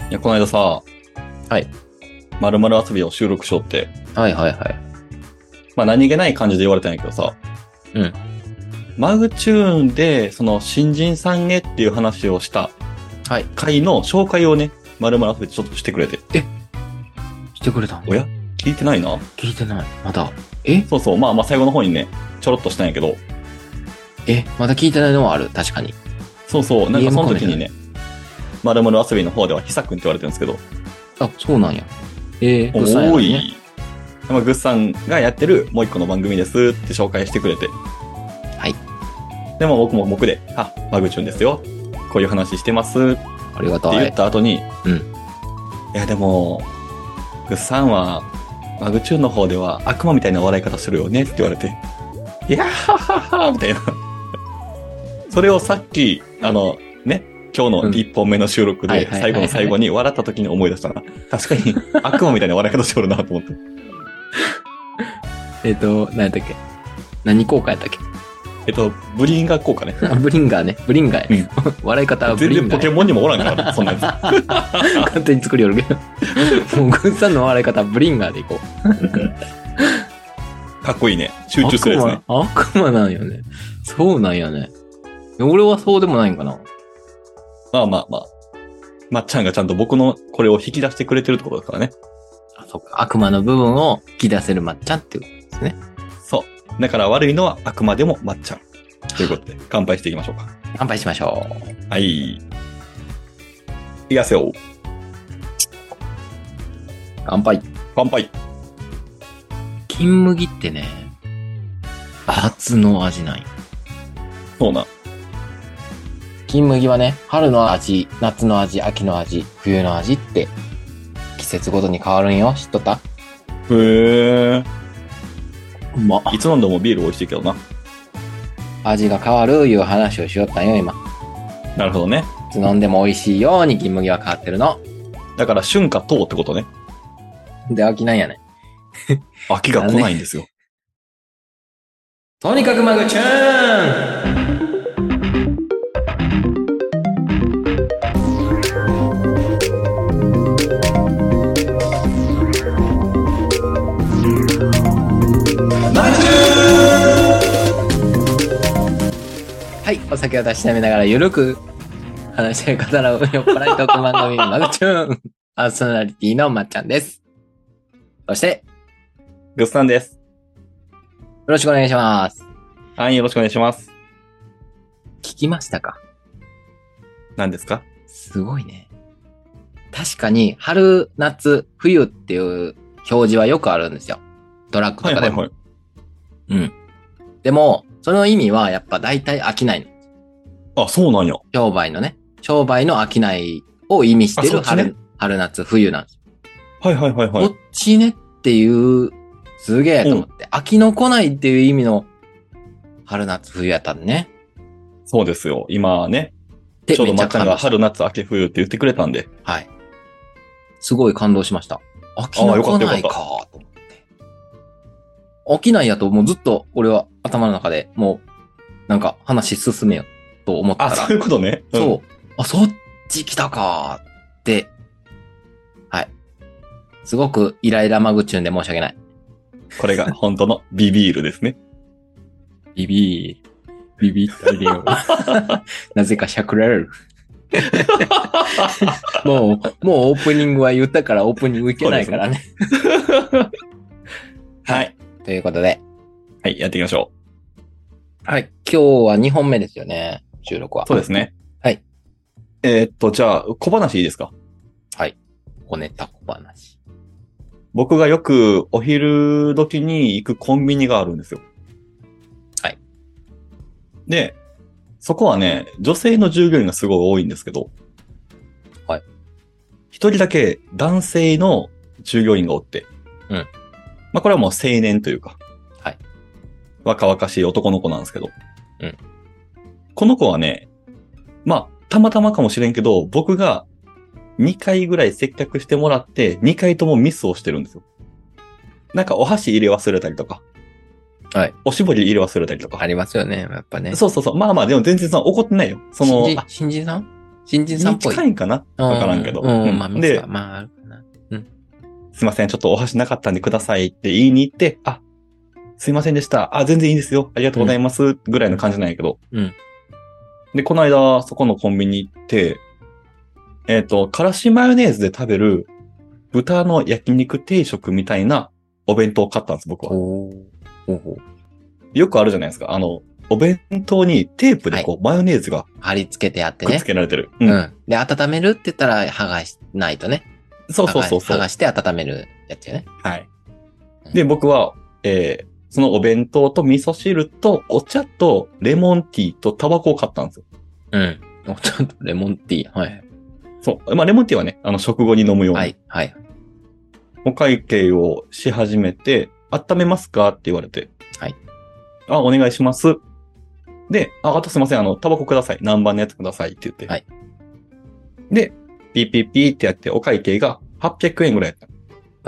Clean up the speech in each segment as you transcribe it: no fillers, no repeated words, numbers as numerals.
いや、この間さ、 はい。 〇〇遊びを収録しようって、 はいはいはい。 まあ何気ない感じで言われたんやけどさ、 うん。 マグチューンで、その新人さんへっていう話をしたはい。 回の紹介をね、〇〇遊びでちょっとしてくれて。 してくれたんおや聞いてないな。 聞いてない。まだ。 そうそう、まあ最後の方にね、ちょろっとしたんやけど、 まだ聞いてないのはある。確かに。 そうそう、なんかその DM 時にね、〇〇遊びの方ではひさくんって言われてるんですけど、 あ、そうなんや。グッさんやのおーにね。 い。まあグッさんがやってるもう一個の番組ですって紹介してくれて。 はい。 でも僕も僕で、マグチューンですよ。こういう話してますってありがたい。 言った後に、 うん。 いやでも、グッさんは、マグチューンの方では悪魔みたいな笑い方するよねって言われて、いやはははみたいな。それをさっき、今日の1本目の収録ではいはいはいはい最後の最後に笑った時に思い出したな。確かに悪魔みたいな笑い方しておるなと思って。 何やったっけ何効果やったっけブリンガー効果ね。 あ、ブリンガーね。ブリンガーや。笑い方はブ全リンガーや。 然ポケモンにもおらんから、そんなやつ。 勝手に作りよるけど。もうグッさんの笑い方はブリンガーでいこう。 かっこいいね。集中するやつね。 悪魔なんよね。そうなんやね。俺はそうでもないんかな。 まあ。まっちゃんがちゃんと僕のこれを引き出してくれてるってことだからね。 あ、そっか。悪魔の部分を引き出せるまっちゃんっていうことですね。 そう。だから悪いのは悪魔でもまっちゃん。ということで、乾杯していきましょうか。 乾杯しましょう。 はい。いきますよ。 乾杯。 乾杯。 金麦ってね、夏の味なんよ。 そうな。 金麦はね、春の味、夏の味、秋の味、冬の味って季節ごとに変わるんよ。知っとった？ へえ。 うま。 いつ飲んでもビール美味しいけどな。 味が変わるいう話をしよったんよ、今。 なるほどね。 いつ飲んでも美味しいように金麦は変わってるの。 だから春夏冬ってことね。 で、秋なんやね。 秋が来ないんですよ。 とにかくマグチューン。はい、お酒をたしなみながらゆるく話し方の酔っ払いトーク番組マグチューンパーソナリティのまっちゃんです。そしてグッさんです。 よろしくお願いします。 はい、よろしくお願いします。 聞きましたか？ 何ですか？ すごいね。確かに春、夏、冬っていう表示はよくあるんですよ。トラックとかでも。 はい。 うん。でも、その意味はやっぱ大体飽きないの。 あ、そうなんや。 商売のね。商売の飽きないを意味してるあそっちね春、夏、冬なんです。 はい。 こっちねっていう、すげえと思って。飽きの来ないっていう意味の春、夏、冬やったんね。 そうですよ。今ね、 でちょうどまっちゃんがめっちゃ感動春、夏、秋、冬って言ってくれたんで。 したはい。すごい感動しました。飽きの来ないかと思って。飽きないやともうずっと俺は頭の中でもうなんか話進めようと思ったあ、 ら。 そういうことね。うんそう。あ、そっち来たかって。はい。すごくイライラマグチューンで申し訳ない。 これが本当のビビールですね。 ビビったりよ。なぜかしゃくられる。もうオープニングは言ったからオープニングいけないからね。 はい。 ということで。 はい、やっていきましょはい。今日は2本目ですよね。収録は。 う。そうですね。 はい。 じゃあ、小話いいですか？ はい。小ネタ小話。 僕がよくお昼時に行くコンビニがあるんですよ。 はい。 で、そこはね、女性の従業員がすごい多いんですけど。 はい。 一人だけ男性の従業員がおって。 うん。 まあ、これはもう青年というか。 はい。 若々しい男の子なんですけど。 うん。 この子はね、まあ、たまたまかもしれんけど、僕が2回ぐらい接客してもらって、2回ともミスをしてるんですよ。なんかお箸入れ忘れたりとか。 はい。 おしぼり入れ忘れたりとか。 ありますよね。やっぱね。 そう。まあでも全然怒ってないよ。 新人さん新人さんっぽい。 近いんかなわからんけど。 まあ、で、まあ、あるかな。 すいません、ちょっとお箸なかったんでくださいって言いに行って、あ、すいませんでした。あ、全然いいですよ。ありがとうございます。ぐらいの感じなんやけど。で、この間、そこのコンビニ行って、からしマヨネーズで食べる豚の焼肉定食みたいなお弁当を買ったんです、僕は。よくあるじゃないですか。お弁当にテープでマヨネーズが貼り付けてあってね。 くっつけられてる。 で、温めるって言ったら剥がしないとね。 そう。 剥がして温めるやつよね。 はい。で、僕は、そのお弁当と味噌汁とお茶とレモンティーとタバコを買ったんですよ。 お茶とレモンティー。はい。 そう。まあ、レモンティーはね、食後に飲むように。 はい。 お会計をし始めて、温めますかって言われて。 はい。 あ、お願いします。で、あとすいません、タバコください。何番のやつくださいって言って。 はい。 で、ピーピーピーってやって、お会計が800円ぐらいやった。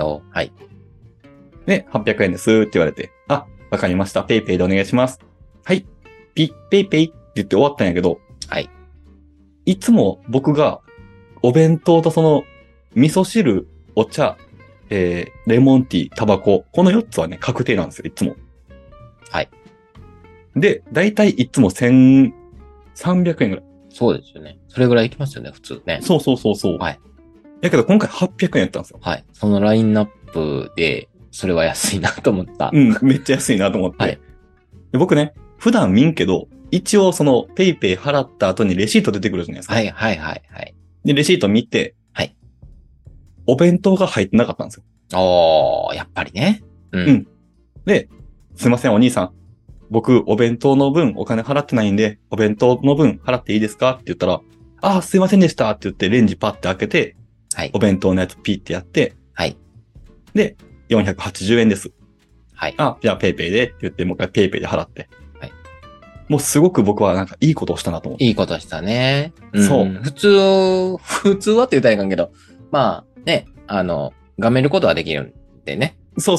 はい。 で、800円ですって言われて、あ、わかりました。ペイペイでお願いします。はい。ペイペイって言って終わったんやけど、 はい。 いつも僕がお弁当とその味噌汁、お茶、レモンティー、タバコ、この4つはね、確定なんですよ、いつも。 はい。 で、だいたいいつも1300円ぐらい。 そうですよね。それぐらいいきますよね、普通ね。 そう。 はい。 だけど今回800円やったんですよ。 はい。そのラインナップで、それは安いなと思った。 めっちゃ安いなと思って。 はい。 で僕ね、普段見んけど、一応そのペイペイ払った後にレシート出てくるじゃないですか。 はい。 で、レシート見て、 はい。 お弁当が入ってなかったんですよ。やっぱりね。 で、すいません、お兄さん。僕、お弁当の分お金払ってないんで、お弁当の分払っていいですかって言ったら、あ、すいませんでしたって言ってレンジパッて開けて、 はい。 お弁当のやつピッてやって、 はい。 で、480円です。 はい。 あ、じゃあペイペイでって言って、もう一回ペイペイで払って。 はい。 もうすごく僕はなんかいいことをしたなと思って。 いいことしたね。 そう。 普通はって言ったらいかんけど、まあね、がめることはできるんでね。 そう。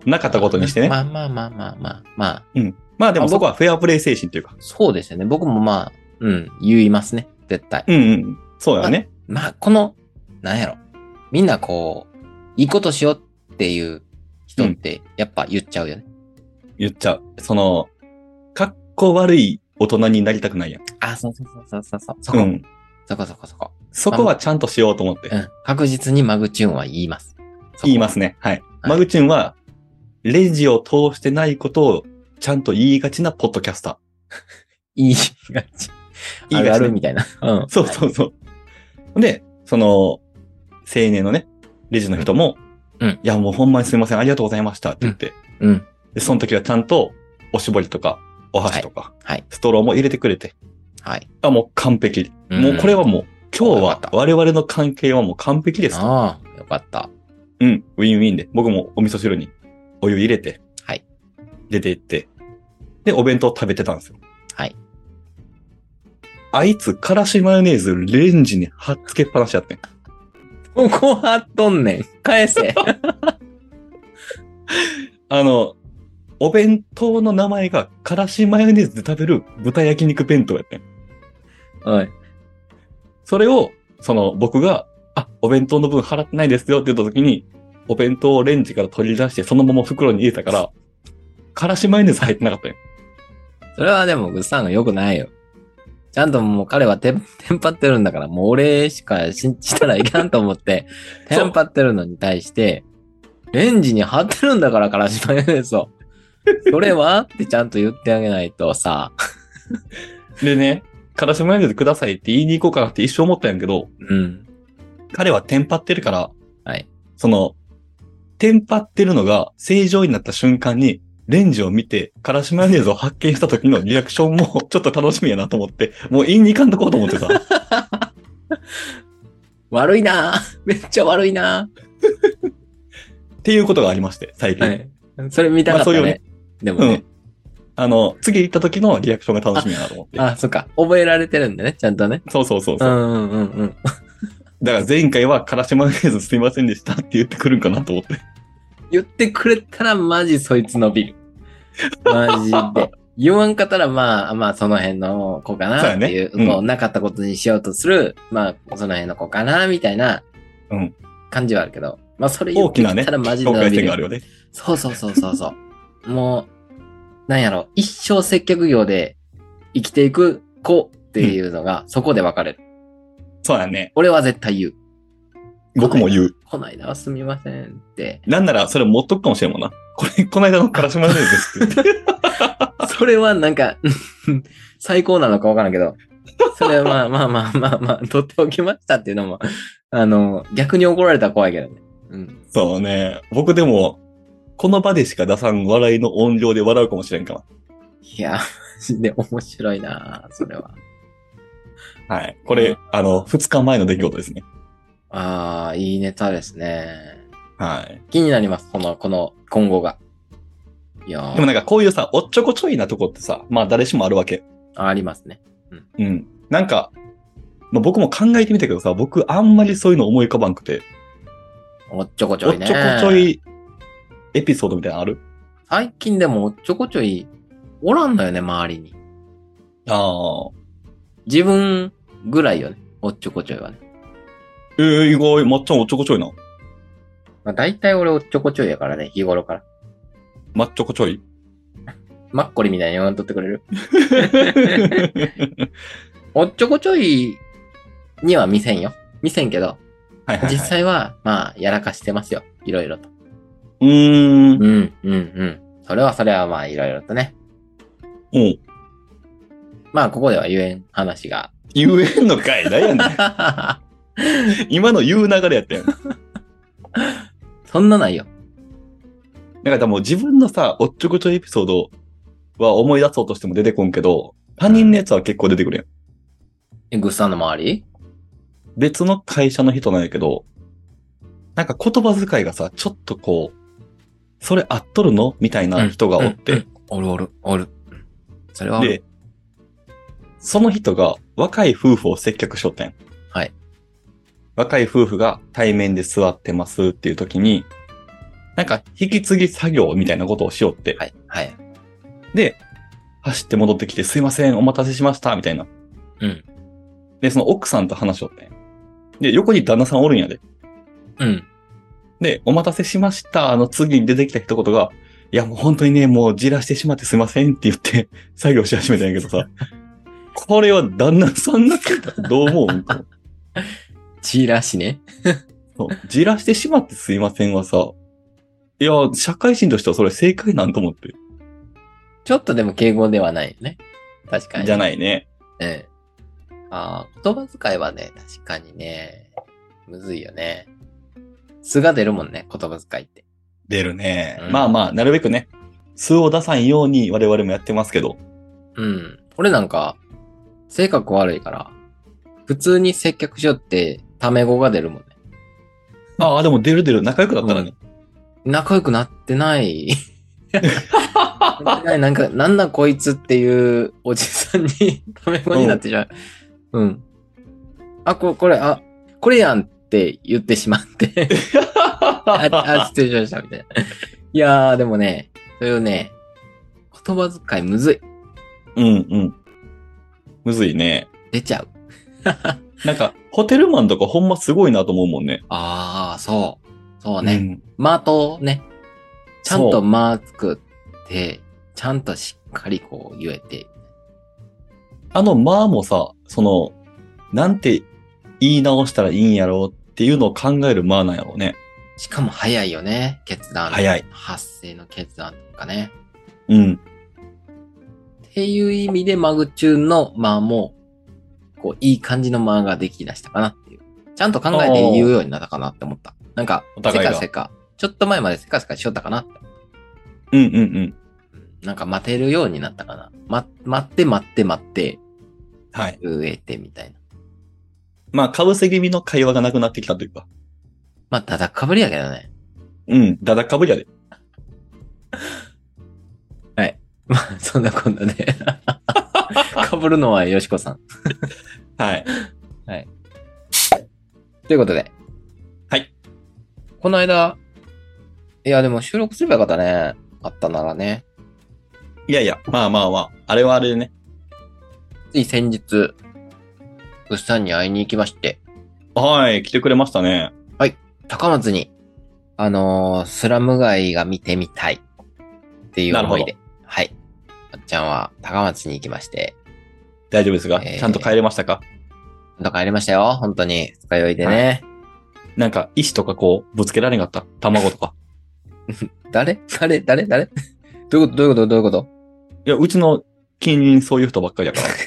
なかったことにしてね。 まあ。 まあでもそこはフェアプレイ精神というか。 そうですよね。僕もまあ、言いますね。絶対。 そうやね。 まあ、なんやろ。みんなこう、いいことしようっていう人って、やっぱ言っちゃうよね。 言っちゃう。かっこ悪い大人になりたくないやん。 そう。そこ。 そこはちゃんとしようと思って。 確実にマグチューンは言います。 言いますね。はい。マグチューンは、レジを通してないことをちゃんと言いがちなポッドキャスター。 言いがち。言いがち。あるみたいな。 そう。で、青年のね、レジの人も、いや、もうほんまにすいません、ありがとうございましたって言って。で、その時はちゃんと、おしぼりとか、お箸とか、ストローも入れてくれて。 はい。 もう完璧。もうこれはもう、今日は我々の関係はもう完璧です。 よかった。 ウィンウィンで、僕もお味噌汁にお湯入れて、 はい。 出て行って、で、お弁当食べてたんですよ。 はい。 あいつ、からしマヨネーズレンジに貼っつけっぱなしやってん。 ここ貼っとんねん。返せ。 お弁当の名前がからしマヨネーズで食べる豚焼肉弁当やってん。 はい。 それを、僕が、お弁当の分払ってないですよって言った時に、お弁当をレンジから取り出してそのまま袋に入れたから、からしマヨネーズ入ってなかったよ。 それはでも、グッサンが良くないよ。ちゃんともう彼はテンパってるんだから、もう俺しかしたらいかんと思って、テンパってるのに対して、レンジに貼ってるんだから、からしマヨネーズを。それはってちゃんと言ってあげないとさ。 でね、からしマヨネーズくださいって言いに行こうかなって一生思ったんやけど、彼はテンパってるから、 はい。 テンパってるのが正常になった瞬間に、レンジを見て、からしマヨネーズを発見した時のリアクションもちょっと楽しみやなと思って、もう言いに行かんとこうと思ってさ。 悪いなぁ。めっちゃ悪いなぁ。 っていうことがありまして、最近。 はい。それ見たかったね。そういうね。でもね。 次行った時のリアクションが楽しみやなと思って。 そっか。覚えられてるんだね、ちゃんとね。 そう。だから前回はからしマヨネーズすいませんでしたって言ってくるんかなと思って。 言ってくれたらマジそいつ伸びる。マジで。 言わんかったら、まあ、その辺の子かなっていう、 そうやねこう、なかったことにしようとする、まあ、その辺の子かな、みたいなうん。 感じはあるけど、まあ、それ言っ大きなね、 てきたらマジで境界伸びるよ。 線があるよね。 そうそうそうそうそう。もう、なんやろ、一生接客業で生きていく子っていうのが、そこで分かれる。 そうやね。 俺は絶対言う。 僕も言う。 こないだはすみませんって。 なんなら、それ持っとくかもしれんもんな。この間のからしマヨネーズですって言って。 それはなんか、最高なのか分からんけど、それはまあ、取っておきましたっていうのも、逆に怒られたら怖いけどね。うん。 そうね。僕でも、この場でしか出さん笑いの音量で笑うかもしれんかいや、マジで面白いなそれは。 ら。はい。これ、2日前の出来事ですね。 ああ、いいネタですね。 はい。 気になります。この、今後が。いやでもなんかこういうさ、おっちょこちょいなとこってさ、まあ誰しもあるわけ。 ありますね。 うん。なんか、まあ、僕も考えてみたけどさ、僕あんまりそういうの思い浮かばんくて、 おっちょこちょいね。 おっちょこちょいエピソードみたいなのある？ 最近でもおっちょこちょい、おらんのよね、周りに。 ああ。 自分ぐらいよね。おっちょこちょいはね。 意外、まっちゃんおっちょこちょいな。 まあ、大体俺おっちょこちょいやからね、日頃から。 まっちょこちょい。 マッコリみたいに言わんとってくれるおっちょこちょいには見せんよ。見せんけど、 はいはい、はい。 実際は、まあ、やらかしてますよ。いろいろと。 うん。 それはまあ、いろいろとね。 うん。 まあ、ここでは言えん話が。 言えんのかい何やねん。今の言う流れやったやん。 そんなないよ。 なんかもう自分のさ、おっちょこちょいエピソードは思い出そうとしても出てこんけど、他人のやつは結構出てくるやん。 グッさんの周り別の会社の人なんやけど、なんか言葉遣いがさ、ちょっとこう、それ合っとるのみたいな人がおって、 おる。それはおる。 で、その人が若い夫婦を接客しとったん。 はい。 若い夫婦が対面で座ってますっていう時に、なんか引き継ぎ作業みたいなことをしよって、 はい。 で、走って戻ってきてすいません、お待たせしました、みたいな。 うん。 で、その奥さんと話しとってん。で、横に旦那さんおるんやで。 うん。 で、お待たせしましたの次に出てきた一言が、いやもう本当にね、もうじらしてしまってすいませんって言って作業し始めたんやけどさ、これは旦那さんが聞いたらどう思う？ チラシね。 そうじらしてしまってすいませんはさ、いや、社会人としてはそれ正解なんと思って。 ちょっとでも敬語ではないよね。確かに。 じゃないね。 ああ、言葉遣いはね、確かにね、むずいよね。素が出るもんね、言葉遣いって。 出るね。 うんまあまあ、なるべくね、素を出さんように我々もやってますけど。 うん。俺なんか、性格悪いから、普通に接客しよって、タメ語が出るもんね。 ああ、でも出る。仲良くなったらね。 仲良くなってない。なんだこいつっていうおじさんにタメ語になってしまう。うん。これやんって言ってしまって失礼しました、みたいな。いやー、でもね、そういうね、言葉遣いむずい。 むずいね。 出ちゃう。 なんか、ホテルマンとかほんますごいなと思うもんね。 ああ、そう。そうね。間とね、ちゃんと間作って、ちゃんとしっかりこう言えて。 間もさ、なんて言い直したらいいんやろうっていうのを考える間なんやろうね。 しかも早いよね。決断。 早い。 発声の決断とかね。っていう意味でマグチューンの間も、こう、いい感じの間ができだしたかなっていう。ちゃんと考えて言うようになったかなって思った。なんか、せか、ちょっと前までせかせかしよったかなって。なんか待てるようになったかな。待って。 はい。 植えてみたいな。 まあ、かぶせ気味の会話がなくなってきたというか。 まあ、だだっかぶりやけどね。 だだっかぶりやで。 はい。まあ、そんなこんなで。かぶるのはよしこさん。 はい。 はい。ということで。 はい。 この間、いや、でも収録すればよかったね。あったならね。 いやいや、まあまあまあ、あれはあれでね。 つい先日、グッさんに会いに行きまして、 はい、来てくれましたね。 高松に、スラム街が見てみたいっていう思いで、はい。あっちゃんは高松に行きまして、 大丈夫ですか、ちゃんと帰れましたか？ ちゃんと帰りましたよ。本当に。二日酔いでね。 なんか、石とかこう、ぶつけられなかった卵とか。 誰どういうこといや、うちの近隣そういう人ばっかりだから。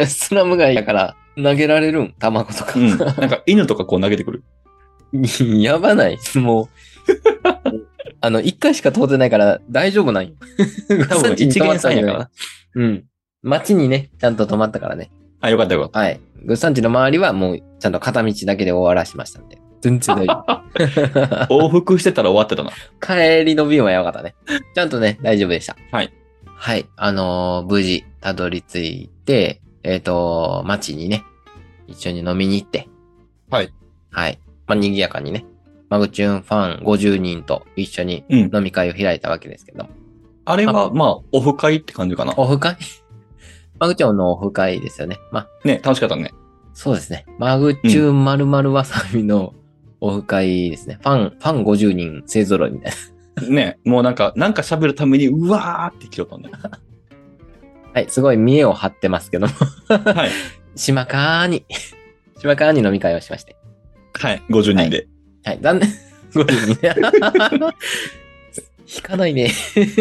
スラム街やから投げられるん卵とか。 うん。なんか、犬とかこう投げてくる。 やばない。もう、一回しか通ってないから大丈夫なんよ。 多分、一元さんやから。 うん。街にね、ちゃんと止まったからね。 あ、よかったよかった。 はい。グッサンチの周りはもう、ちゃんと片道だけで終わらしましたんで。全然大丈夫。 往復してたら終わってたな。 帰りの便はやばかったね。ちゃんとね、大丈夫でした。 はい。 はい。無事、たどり着いて、街にね、一緒に飲みに行って。 はい。 はい。まあ、賑やかにね、マグチューンファン50人と一緒に飲み会を開いたわけですけど。 あれは、まあ、オフ会って感じかな。 オフ会マグチューンのオフ会ですよね。まあ。 ね、楽しかったね。 そうですね。マグチューン〇〇わさびのオフ会ですね。ファン50人勢揃いみたいな。 ね、もうなんか喋るために、うわーって来よったんだよ。 はい、すごい見栄を張ってますけども。はい。島川に飲み会をしまして。 はい、50人で。 はい、残念。50人ね。引かないね。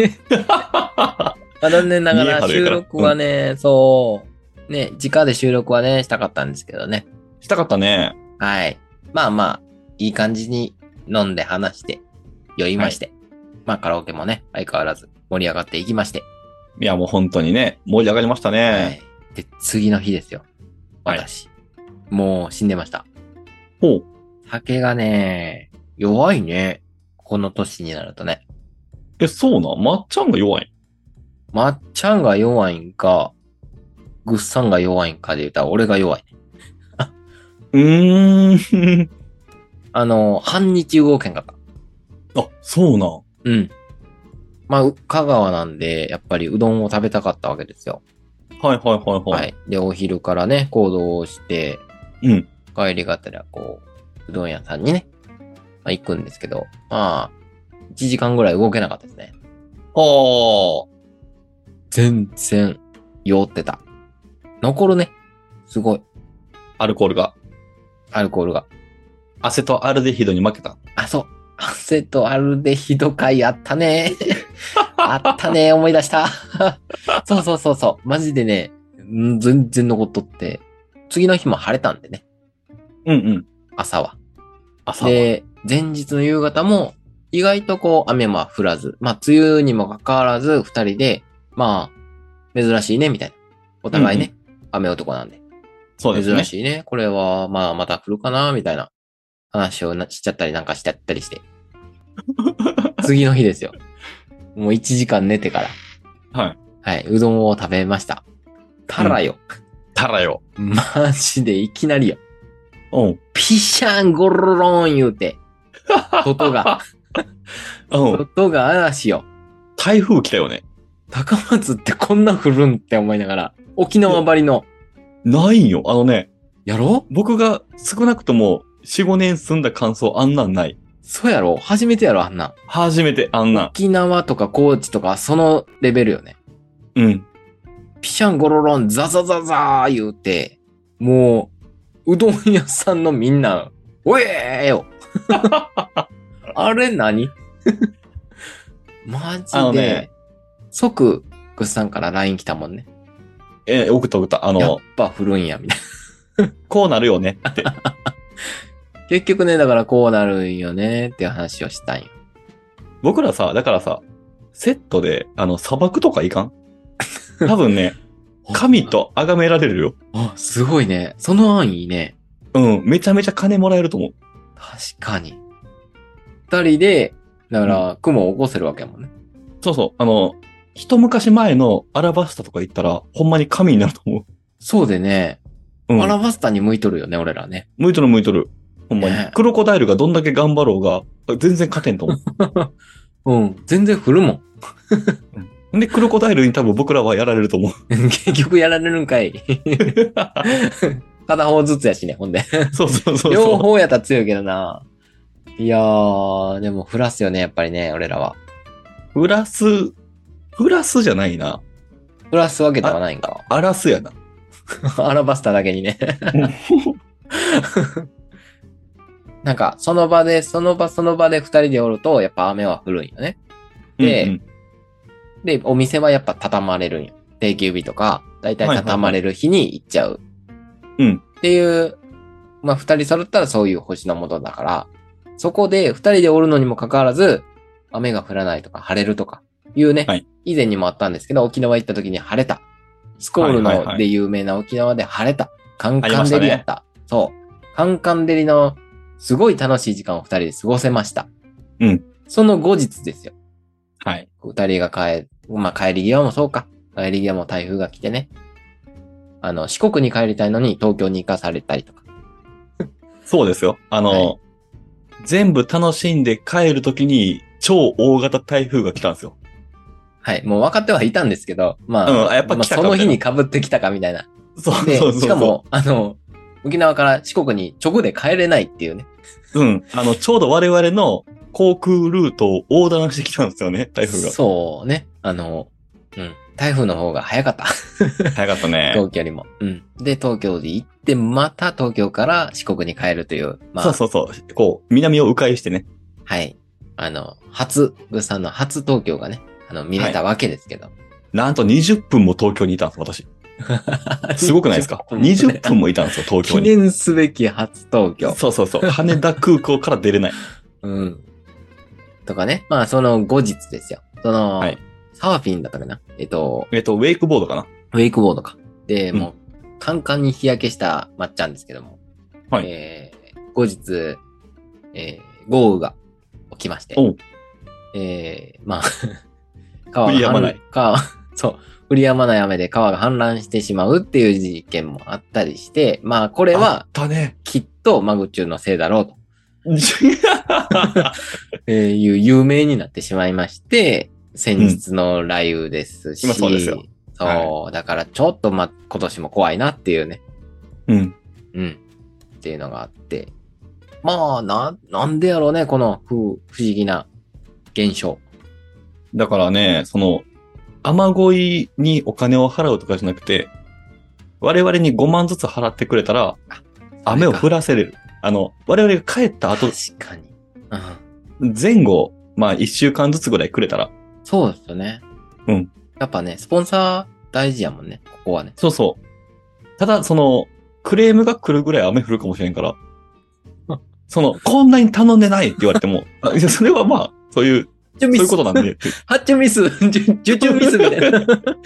残念ながら収録はね、そう、ね、直で収録はね、したかったんですけどね。 したかったね。 はい。まあまあ、いい感じに飲んで話して、酔いまして。はい、まあカラオケもね、相変わらず盛り上がっていきまして。 いやもう本当にね、盛り上がりましたね。はい。 で、次の日ですよ。私。はい、もう死んでました。 ほう。 酒がね、弱いね。この年になるとね。 そうな？まっちゃんが弱い？ まっちゃんが弱いんか、ぐっさんが弱いんかで言ったら俺が弱いね。半日動けんかった。 あ、そうな。 うん。まあ、香川なんで、やっぱりうどんを食べたかったわけですよ。 はいはいはいはい。 はい。で、お昼からね、行動して、 うん。 帰りがてら、こう、うどん屋さんにね、まあ、行くんですけど、まあ、1時間ぐらい動けなかったですね。 はあ。 全然、酔ってた。残るね。すごい。 アルコールが。アセトアルデヒドに負けた。 あ、そう。アセトアルデヒド会あったね。あったね。思い出した。そう。マジでね、全然残っとって。次の日も晴れたんでね。 うんうん。 朝は。で、前日の夕方も、意外とこう、雨も降らず、まあ、梅雨にもかかわらず、二人で、まあ、珍しいね、みたいな。お互いね、雨男なんで。 そうですね。 珍しいね。これは、まあ、また来るかな、みたいな話をしちゃったりなんかしちゃったりして。次の日ですよ。もう1時間寝てから。 はい。 はい。うどんを食べました。たらよ。マジでいきなりよ。ピシャンゴロロン言うて。外が。外が嵐よ。 台風来たよね。 高松ってこんな降るんって思いながら。沖縄ばりの。 ないんよ。 やろ？ 僕が少なくとも4、5年住んだ感想あんなんない。 そうやろ？初めてやろ、あんな。 初めて、あんな。 沖縄とか高知とかそのレベルよね。 うん。 ピシャンゴロロンザザザザー言うて、もう、うどん屋さんのみんな、おえーよ。あれ何マジで、即、グッさんから LINE 来たもんね。 送った。 やっぱ降るんや、みたいな。 こうなるよねって。 結局ね、だからこうなるんよねっていう話をしたんよ。 僕らさ、だからさ、セットで、砂漠とかいかん？多分ね、神と崇められるよ。 あ、すごいね。その案いいね。 うん、めちゃめちゃ金もらえると思う。 確かに。二人で、だから、雲を起こせるわけやもんね。 そう。一昔前のアラバスタとか行ったら、ほんまに神になると思う。 そうでね。アラバスタに向いとるよね、俺らね。 向いとる。ほんまに。クロコダイルがどんだけ頑張ろうが、全然勝てんと思う。 うん、全然降るもん。 で、クロコダイルに多分僕らはやられると思う。 結局やられるんかい。片方ずつやしね、ほんで。 そうそうそう両そう。 方やったら強いけどな。いやー、でもフラスよね、やっぱりね、俺らは。 フラスじゃないな。 フラス分けたはないんか。 アラスやな。 アラバスタだけにね。なんか、その場で二人でおると、やっぱ雨は降るんよね。で、で、お店はやっぱ畳まれるんよ。定休日とか、だいたい畳まれる日に行っちゃう。 うんっていう、まあ、二人揃ったらそういう星の下だから、そこで二人でおるのにもかかわらず、雨が降らないとか晴れるとかいうね、 はい以前にもあったんですけど、沖縄行った時に晴れた。スコールはいはいはいので有名な沖縄で晴れた。カンカンありましたね照りやった。そう。カンカン照りのすごい楽しい時間を二人で過ごせました。 うん。 その後日ですよ。 はい。 二人がまあ帰り際もそうか。帰り際も台風が来てね。四国に帰りたいのに東京に行かされたりとか。 そうですよ。 はい全部楽しんで帰るときに超大型台風が来たんですよ。 はい。もう分かってはいたんですけど、まあ、 やっぱ来たかまあその日に被ってきたかみたいな。 そうで、 そうそうそう。 しかも、沖縄から四国に直で帰れないっていうね。 うん。ちょうど我々の航空ルートを横断してきたんですよね、台風が。 そうね。台風の方が早かった。 早かったね。 東京よりも。うん。で、東京で行って、また東京から四国に帰るという。まあ、 そうそうそう。こう、南を迂回してね。 はい。グッさんの初東京がね、見れたわけですけど。 なんと20分も東京にいたんです、私。すごくないですか ?20 分もいたんですよ、東京記に。 念すべき初東京。 そうそうそう。羽田空港から出れない。 うん。とかね。まあ、その後日ですよ。 はいサーフィンだったかなウェイクボードかなウェイクボードか。で、 うんもう、カンカンに日焼けしたまっちゃんですけども。 はい後日、豪雨が起きまして。 おうまあ、川降り止まないそう、降り止まない雨で川が氾濫してしまうっていう事件もあったりして、まあ、これあはっ、たね。 きっとマグチューンのせいだろうと、いう有名になってしまいまして、先日の雷雨ですし、 今そうですよそう、だからちょっと今年も怖いなっていうね。 うん。 うん。っていうのがあって。まあ、なんでやろうね、この不思議な現象。 だからね、雨乞いにお金を払うとかじゃなくて、我々に5万ずつ払ってくれたら、雨を降らせれる。我々が帰った後、 確かに。うん。 前後、まあ1週間ずつぐらいくれたら。 そうですよね。 うん。 やっぱね、スポンサー大事やもんね、ここはね。 そうそう。ただ、クレームが来るぐらい雨降るかもしれんから、こんなに頼んでないって言われても、いやそれはまあ、そういうことなんで、 発注ミス、受注ミスみたいな。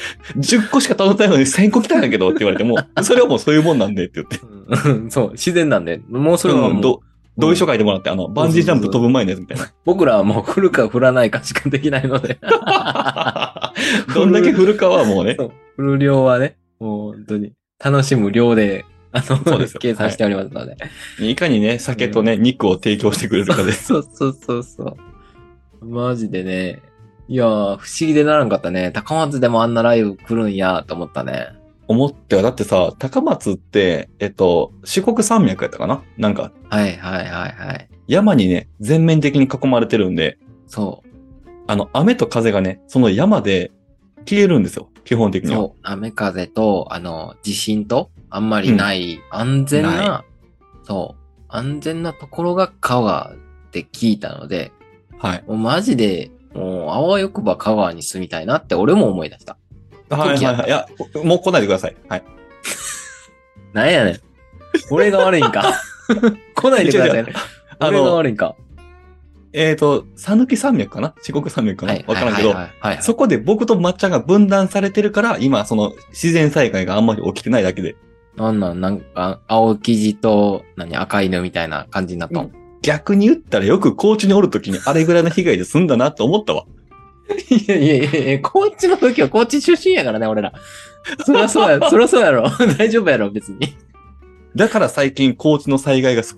10個しか頼んでないのに1000個来たんやけどって言われても、それはもうそういうもんなんでって言って。 うんそう、自然なんで、もうそれはもう、 同意書書いてもらって、バンジージャンプ飛ぶ前のやつみたいな。 僕らはもう降るか降らないかしかできないので。 どんだけ降るかはもうね。 そう降る量はね、もう本当に楽しむ量で、 そうですよ計算しておりますので。 いかにね、酒とね、肉を提供してくれるかで。 そうそうそうそう。マジでね。いやー、不思議でならんかったね。高松でもあんな雷雨来るんやと思ったね。 思っては、だってさ、高松って、四国山脈やったかななんか、 はいはいはいはい。 山にね、全面的に囲まれてるんで、 そう。 雨と風がね、その山で消えるんですよ。基本的には。 そう。雨風と、地震と、あんまりない、安全なな、そう。安全なところが川って聞いたので、 はい。 もうマジで、もう、あわよくば香川に住みたいなって俺も思い出した。 はいはいはい。いや、もう来ないでください。はい。 なんやねん。俺が悪いんか。来ないでくださいね。俺が悪いんか。 讃岐山脈かな四国山脈かなわからんけど、 はい。 そこで僕と抹茶が分断されてるから、今、自然災害があんまり起きてないだけで。 なんか、青生地と、赤犬みたいな感じになったの。 逆に言ったらよく高知におるときにあれぐらいの被害で済んだなって思ったわ。 いやいやいや、高知の時は高知出身やからね、俺ら。そりゃそうやろ。大丈夫やろ、別に。 だから最近高知の災害が少ないんですよ。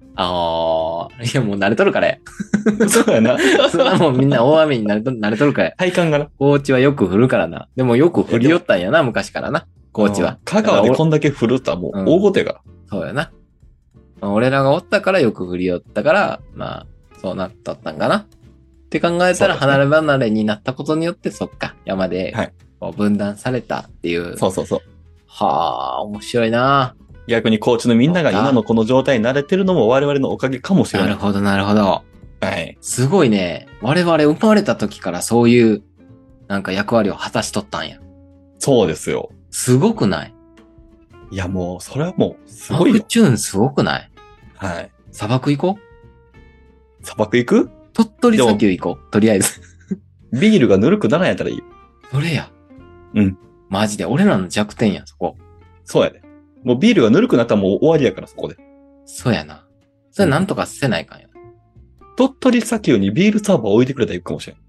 いやもう慣れとるからや。 そうやな。 それはもうみんな大雨に慣れとるからや。 体感がな。 高知はよく降るからな。でもよく降りよったんやな、昔からな。高知は。 香川でこんだけ降るとはもう大ごとやから。 そうやな。まあ俺らがおったからよく降りよったから、まあ、そうなっとったんかな。って考えたら離れ離れになったことによって、そっか、山でこう分断されたっていう。 そうそうそう。 はあ、面白いな。 逆に高知のみんなが今のこの状態に慣れてるのも我々のおかげかもしれない。 なるほど、なるほど。 はい。 すごいね。我々生まれた時からそういう、なんか役割を果たしとったんや。 そうですよ。 すごくない？ いやもう、それはもう、すごいよ。 マグチューンすごくない？ はい。 砂漠行こう？砂漠行く？ 鳥取砂丘行こう。とりあえず。 ビールがぬるくならんやったらいいよ。 それや。 うん。 マジで、俺らの弱点や、そこ。 そうやで。もうビールがぬるくなったらもう終わりやから、そこで。 そうやな。それなんとかせないかんよ。 鳥取砂丘にビールサーバー置いてくれたらいいかもしれん。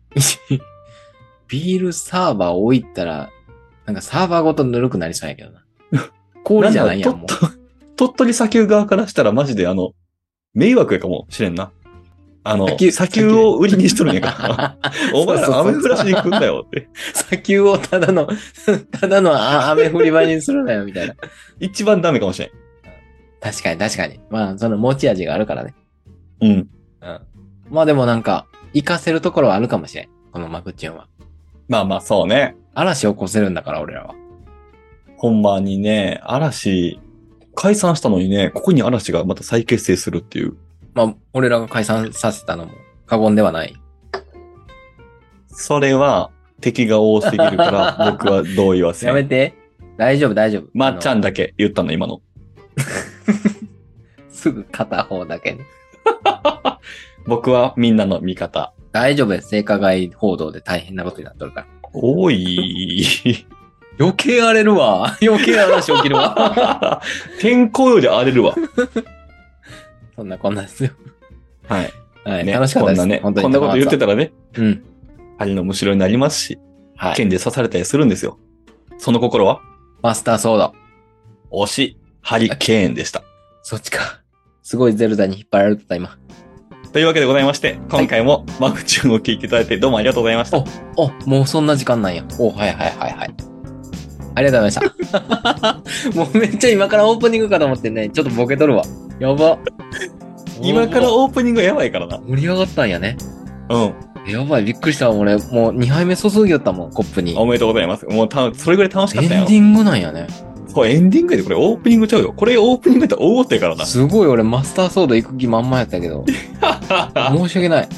ビールサーバー置いたら、なんかサーバーごとぬるくなりそうやけどな。氷じゃないやん、もう。 鳥取砂丘側からしたらマジで迷惑やかもしれんな。砂丘を売りにしとるんやから。お前ら雨降らしに来んだよって。 砂丘をただの雨降り場にするなよ、みたいな。 一番ダメかもしれん。 確かに確かに。まあ、その持ち味があるからね。 うん。 うん。まあでもなんか、活かせるところはあるかもしれん。このマグチューンは。 まあまあ、そうね。 嵐を起こせるんだから、俺らは。 ほんまにね、嵐、解散したのにね、ここに嵐がまた再結成するっていう。 まあ、俺らが解散させたのも過言ではない。 それは、敵が多すぎるから、僕は同意はせん。 やめて。大丈夫、大丈夫。 まっちゃんだけ言ったの、今の。 すぐ片方だけね。 僕はみんなの味方。 大丈夫です。性加害報道で大変なことになっとるから。 おい。 余計荒れるわ。余計嵐起きるわ。 天候より荒れるわ。 そんなこんなですよ。 はい。 はい。ね、楽しかったです。 こんなね、 本当にこんなこと言ってたらね。 うん。 針のむしろになりますし、 はい。 剣で刺されたりするんですよ。その心はマスターソード。 推し、ハリケーンでした。 そっちか。すごいゼルダに引っ張られてた今。 というわけでございまして、今回もマグチューンを聞いていただいてどうもありがとうございました。 お、もうそんな時間なんや。お、はいはいはいはい。ありがとうございました。もうめっちゃ今からオープニングかと思ってね、ちょっとボケとるわ。やば。 今からオープニングやばいからな。 盛り上がったんやね。 うん。 やばい、びっくりしたわ。俺、もう2杯目注ぎよったもん、コップに。 おめでとうございます。もうそれぐらい楽しかったよ。 エンディングなんやね。 そう、エンディングでこれオープニングちゃうよ。これオープニングやったら大ごってやからな。 すごい俺マスターソード行く気満々やったけど。申し訳ない。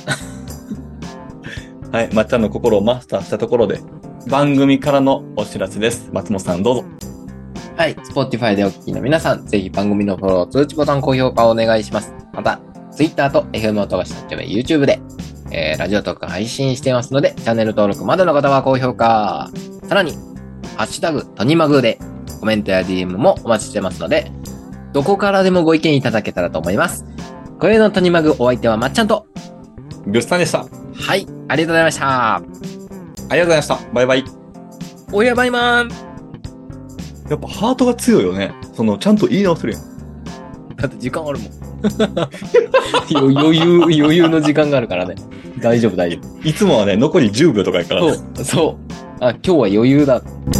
はい、まっちゃんの心をマスターしたところで、番組からのお知らせです。松本さんどうぞ。 はい、Spotify でお聞きの皆さん、ぜひ番組のフォロー、通知ボタン、高評価をお願いします。また、Twitter と FM 音がしなっちゃめ YouTube で、ラジオトーク配信していますので、チャンネル登録までの方は高評価。さらに、ハッシュタグ、トニマグで、コメントや DM もお待ちしてますので、どこからでもご意見いただけたらと思います。これのトニマグお相手はまっちゃんと、 グッさんでした。 はい、ありがとうございました。 ありがとうございました。バイバイ。 おやばいまーん。 やっぱハートが強いよね。ちゃんと言い直せるやん。 だって時間あるもん。余裕の時間があるからね。大丈夫大丈夫。 いつもはね、残り10秒とかやから。 そう。あ、今日は余裕だ。